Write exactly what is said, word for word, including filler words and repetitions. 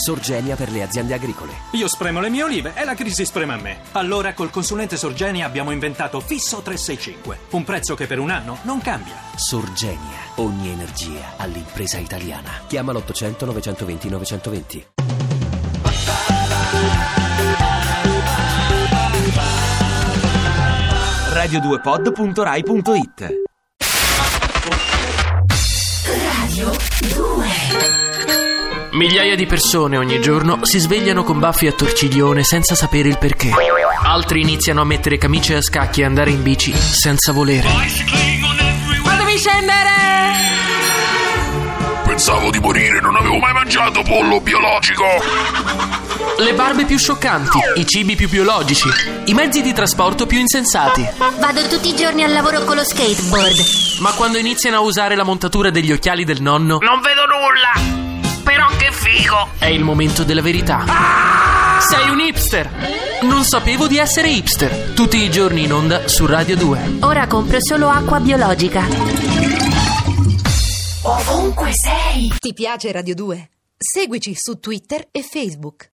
Sorgenia per le aziende agricole. Io spremo le mie olive e la crisi sprema me. Allora col consulente Sorgenia abbiamo inventato Fisso trecentosessantacinque. Un prezzo che per un anno non cambia. Sorgenia. Ogni energia all'impresa italiana. Chiama l'ottocento novecentoventi novecentoventi. radio due pod punto rai punto it. Radio due. Migliaia di persone ogni giorno si svegliano con baffi a torciglione senza sapere il perché. Altri iniziano a mettere camicie a scacchi e andare in bici senza volere. Ma devi scendere! Pensavo di morire, non avevo mai mangiato pollo biologico. Le barbe più scioccanti, i cibi più biologici, i mezzi di trasporto più insensati. Vado tutti i giorni al lavoro con lo skateboard. Ma quando iniziano a usare la montatura degli occhiali del nonno, Non vedo nulla! Però che figo! è il momento della verità. Sei un hipster! Non sapevo di essere hipster. Tutti i giorni in onda su Radio due. Ora compro solo acqua biologica. Ovunque sei. Ti piace Radio due? Seguici su Twitter e Facebook.